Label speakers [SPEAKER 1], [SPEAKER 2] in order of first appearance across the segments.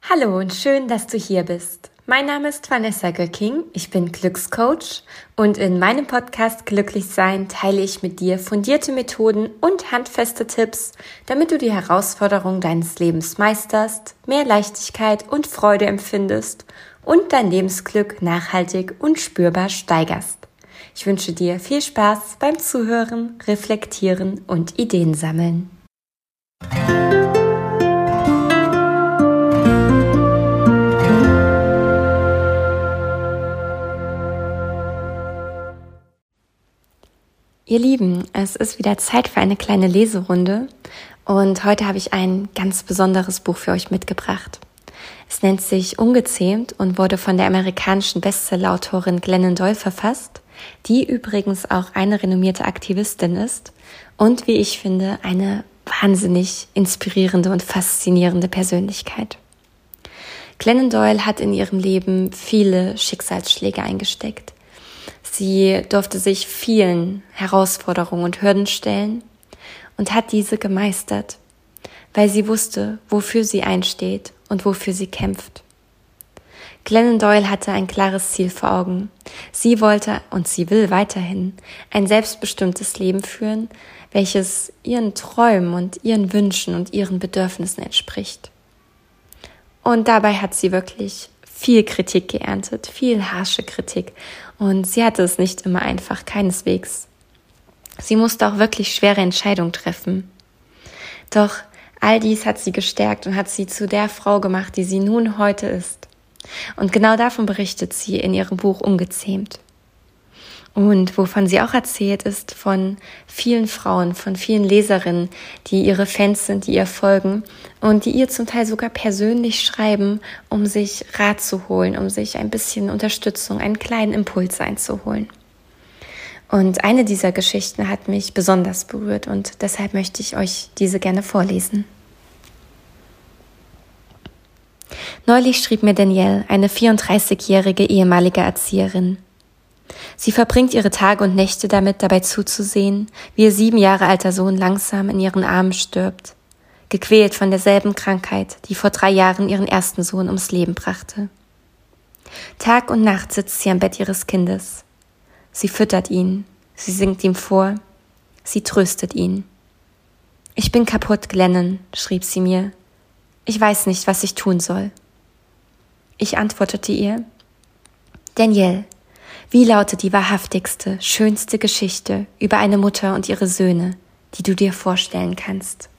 [SPEAKER 1] Hallo und schön, dass du hier bist. Mein Name ist Vanessa Göcking, ich bin Glückscoach und in meinem Podcast Glücklich Sein teile ich mit dir fundierte Methoden und handfeste Tipps, damit du die Herausforderungen deines Lebens meisterst, mehr Leichtigkeit und Freude empfindest und dein Lebensglück nachhaltig und spürbar steigerst. Ich wünsche dir viel Spaß beim Zuhören, Reflektieren und Ideen sammeln. Ihr Lieben, es ist wieder Zeit für eine kleine Leserunde und heute habe ich ein ganz besonderes Buch für euch mitgebracht. Es nennt sich Ungezähmt und wurde von der amerikanischen Bestsellerautorin Glennon Doyle verfasst, die übrigens auch eine renommierte Aktivistin ist und, wie ich finde, eine wahnsinnig inspirierende und faszinierende Persönlichkeit. Glennon Doyle hat in ihrem Leben viele Schicksalsschläge eingesteckt. Sie durfte sich vielen Herausforderungen und Hürden stellen und hat diese gemeistert, weil sie wusste, wofür sie einsteht und wofür sie kämpft. Glennon Doyle hatte ein klares Ziel vor Augen. Sie wollte und sie will weiterhin ein selbstbestimmtes Leben führen, welches ihren Träumen und ihren Wünschen und ihren Bedürfnissen entspricht. Und dabei hat sie wirklich viel Kritik geerntet, viel harsche Kritik. Und sie hatte es nicht immer einfach, keineswegs. Sie musste auch wirklich schwere Entscheidungen treffen. Doch all dies hat sie gestärkt und hat sie zu der Frau gemacht, die sie nun heute ist. Und genau davon berichtet sie in ihrem Buch Ungezähmt. Und wovon sie auch erzählt, ist von vielen Frauen, von vielen Leserinnen, die ihre Fans sind, die ihr folgen und die ihr zum Teil sogar persönlich schreiben, um sich Rat zu holen, um sich ein bisschen Unterstützung, einen kleinen Impuls einzuholen. Und eine dieser Geschichten hat mich besonders berührt und deshalb möchte ich euch diese gerne vorlesen. Neulich schrieb mir Danielle, eine 34-jährige ehemalige Erzieherin. Sie verbringt ihre Tage und Nächte damit, dabei zuzusehen, wie ihr 7 Jahre alter Sohn langsam in ihren Armen stirbt, gequält von derselben Krankheit, die vor 3 Jahren ihren ersten Sohn ums Leben brachte. Tag und Nacht sitzt sie am Bett ihres Kindes. Sie füttert ihn, sie singt ihm vor, sie tröstet ihn. »Ich bin kaputt, Glennon«, schrieb sie mir. »Ich weiß nicht, was ich tun soll.« Ich antwortete ihr, »Danielle, wie lautet die wahrhaftigste, schönste Geschichte über eine Mutter und ihre Söhne, die du dir vorstellen kannst?«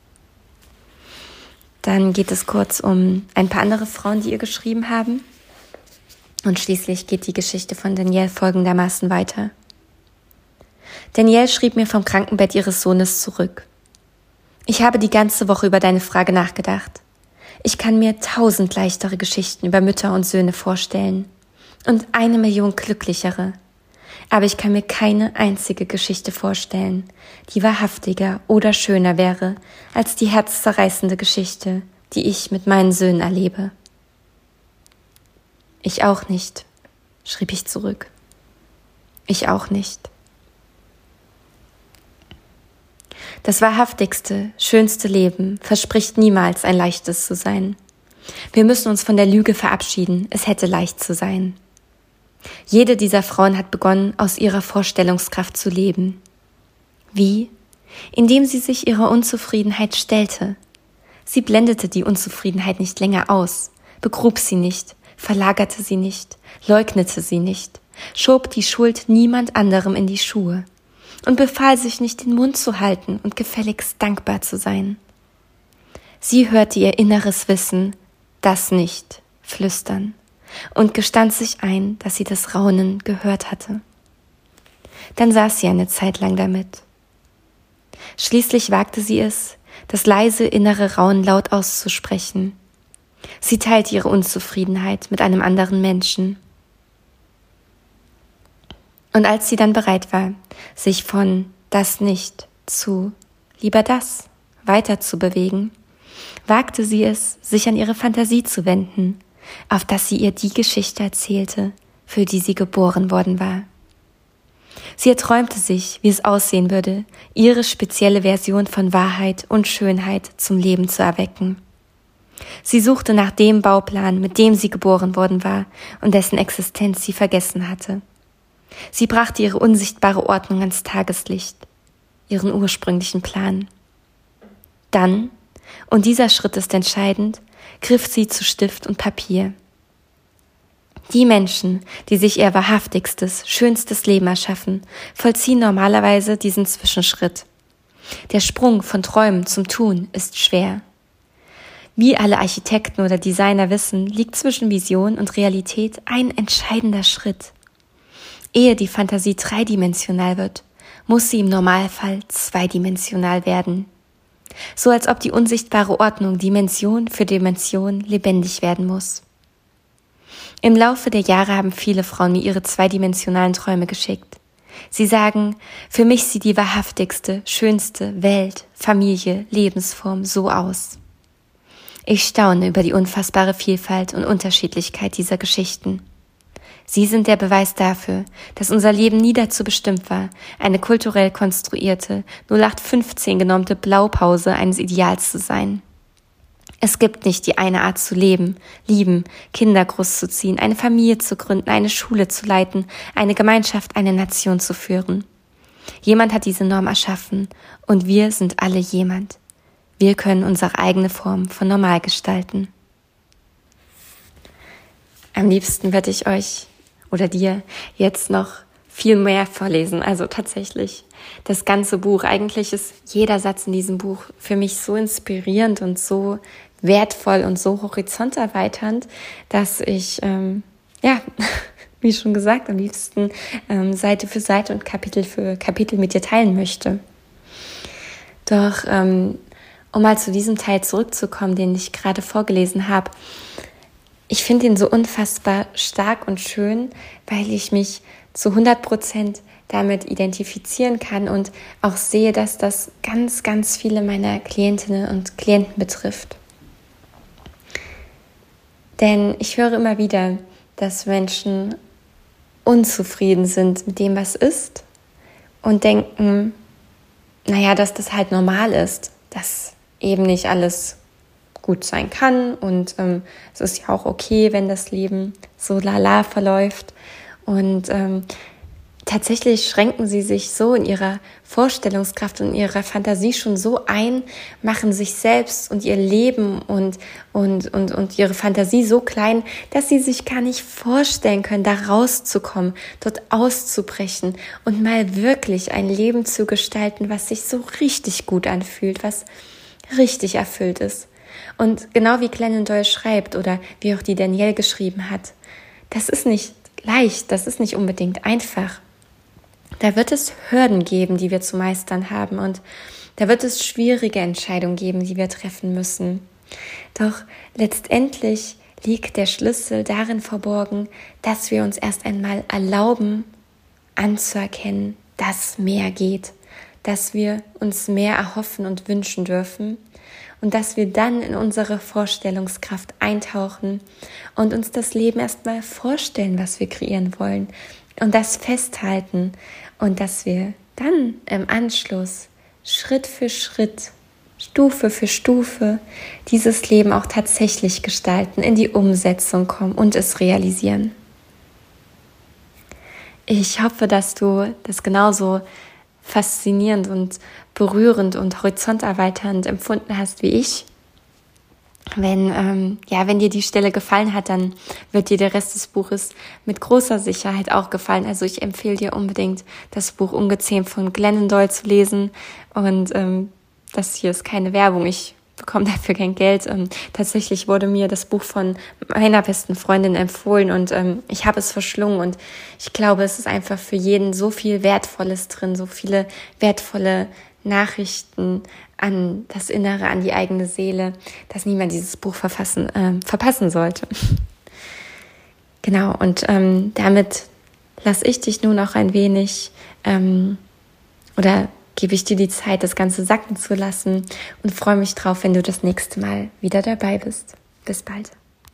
[SPEAKER 1] Dann geht es kurz um ein paar andere Frauen, die ihr geschrieben haben. Und schließlich geht die Geschichte von Danielle folgendermaßen weiter. Danielle schrieb mir vom Krankenbett ihres Sohnes zurück. »Ich habe die ganze Woche über deine Frage nachgedacht. Ich kann mir 1000 leichtere Geschichten über Mütter und Söhne vorstellen. Und 1 Million glücklichere. Aber ich kann mir keine einzige Geschichte vorstellen, die wahrhaftiger oder schöner wäre als die herzzerreißende Geschichte, die ich mit meinen Söhnen erlebe.« »Ich auch nicht«, schrieb ich zurück. »Ich auch nicht.« Das wahrhaftigste, schönste Leben verspricht niemals ein leichtes zu sein. Wir müssen uns von der Lüge verabschieden, es hätte leicht zu sein. Jede dieser Frauen hat begonnen, aus ihrer Vorstellungskraft zu leben. Wie? Indem sie sich ihrer Unzufriedenheit stellte. Sie blendete die Unzufriedenheit nicht länger aus, begrub sie nicht, verlagerte sie nicht, leugnete sie nicht, schob die Schuld niemand anderem in die Schuhe und befahl sich nicht, den Mund zu halten und gefälligst dankbar zu sein. Sie hörte ihr inneres Wissen, das nicht, flüstern, und gestand sich ein, dass sie das Raunen gehört hatte. Dann saß sie eine Zeit lang damit. Schließlich wagte sie es, das leise innere Raunen laut auszusprechen. Sie teilte ihre Unzufriedenheit mit einem anderen Menschen. Und als sie dann bereit war, sich von das nicht zu lieber das weiter zu bewegen, wagte sie es, sich an ihre Fantasie zu wenden, auf dass sie ihr die Geschichte erzählte, für die sie geboren worden war. Sie erträumte sich, wie es aussehen würde, ihre spezielle Version von Wahrheit und Schönheit zum Leben zu erwecken. Sie suchte nach dem Bauplan, mit dem sie geboren worden war und dessen Existenz sie vergessen hatte. Sie brachte ihre unsichtbare Ordnung ans Tageslicht, ihren ursprünglichen Plan. Dann, und dieser Schritt ist entscheidend, griff sie zu Stift und Papier. Die Menschen, die sich ihr wahrhaftigstes, schönstes Leben erschaffen, vollziehen normalerweise diesen Zwischenschritt. Der Sprung von Träumen zum Tun ist schwer. Wie alle Architekten oder Designer wissen, liegt zwischen Vision und Realität ein entscheidender Schritt. Ehe die Fantasie dreidimensional wird, muss sie im Normalfall zweidimensional werden. So als ob die unsichtbare Ordnung Dimension für Dimension lebendig werden muss. Im Laufe der Jahre haben viele Frauen mir ihre zweidimensionalen Träume geschickt. Sie sagen, für mich sieht die wahrhaftigste, schönste Welt, Familie, Lebensform so aus. Ich staune über die unfassbare Vielfalt und Unterschiedlichkeit dieser Geschichten. Sie sind der Beweis dafür, dass unser Leben nie dazu bestimmt war, eine kulturell konstruierte, 0815 genormte Blaupause eines Ideals zu sein. Es gibt nicht die eine Art zu leben, lieben, Kinder großzuziehen, eine Familie zu gründen, eine Schule zu leiten, eine Gemeinschaft, eine Nation zu führen. Jemand hat diese Norm erschaffen und wir sind alle jemand. Wir können unsere eigene Form von normal gestalten. Am liebsten würde ich euch oder dir jetzt noch viel mehr vorlesen. Also tatsächlich das ganze Buch. Eigentlich ist jeder Satz in diesem Buch für mich so inspirierend und so wertvoll und so horizonterweiternd, dass ich, wie schon gesagt, am liebsten Seite für Seite und Kapitel für Kapitel mit dir teilen möchte. Doch um mal zu diesem Teil zurückzukommen, den ich gerade vorgelesen habe, ich finde ihn so unfassbar stark und schön, weil ich mich zu 100% damit identifizieren kann und auch sehe, dass das ganz, ganz viele meiner Klientinnen und Klienten betrifft. Denn ich höre immer wieder, dass Menschen unzufrieden sind mit dem, was ist und denken, dass das halt normal ist, dass eben nicht alles gut sein kann und es ist ja auch okay, wenn das Leben so lala verläuft und tatsächlich schränken sie sich so in ihrer Vorstellungskraft und in ihrer Fantasie schon so ein, machen sich selbst und ihr Leben und ihre Fantasie so klein, dass sie sich gar nicht vorstellen können, da rauszukommen, dort auszubrechen und mal wirklich ein Leben zu gestalten, was sich so richtig gut anfühlt, was richtig erfüllt ist. Und genau wie Glennon Doyle schreibt oder wie auch die Danielle geschrieben hat, das ist nicht leicht, das ist nicht unbedingt einfach. Da wird es Hürden geben, die wir zu meistern haben und da wird es schwierige Entscheidungen geben, die wir treffen müssen. Doch letztendlich liegt der Schlüssel darin verborgen, dass wir uns erst einmal erlauben, anzuerkennen, dass mehr geht, dass wir uns mehr erhoffen und wünschen dürfen und dass wir dann in unsere Vorstellungskraft eintauchen und uns das Leben erstmal vorstellen, was wir kreieren wollen und das festhalten und dass wir dann im Anschluss Schritt für Schritt, Stufe für Stufe dieses Leben auch tatsächlich gestalten, in die Umsetzung kommen und es realisieren. Ich hoffe, dass du das genauso faszinierend und berührend und horizonterweiternd empfunden hast wie ich. Wenn dir die Stelle gefallen hat, dann wird dir der Rest des Buches mit großer Sicherheit auch gefallen. Also ich empfehle dir unbedingt, das Buch Ungezähmt von Glennon Doyle zu lesen. Und das hier ist keine Werbung, ich bekomme dafür kein Geld. Tatsächlich wurde mir das Buch von meiner besten Freundin empfohlen und ich habe es verschlungen. Und ich glaube, es ist einfach für jeden so viel Wertvolles drin, so viele wertvolle Nachrichten an das Innere, an die eigene Seele, dass niemand dieses Buch verpassen sollte. Genau, und damit lasse ich dich nun auch ein wenig oder gebe ich dir die Zeit, das Ganze sacken zu lassen und freue mich drauf, wenn du das nächste Mal wieder dabei bist. Bis bald.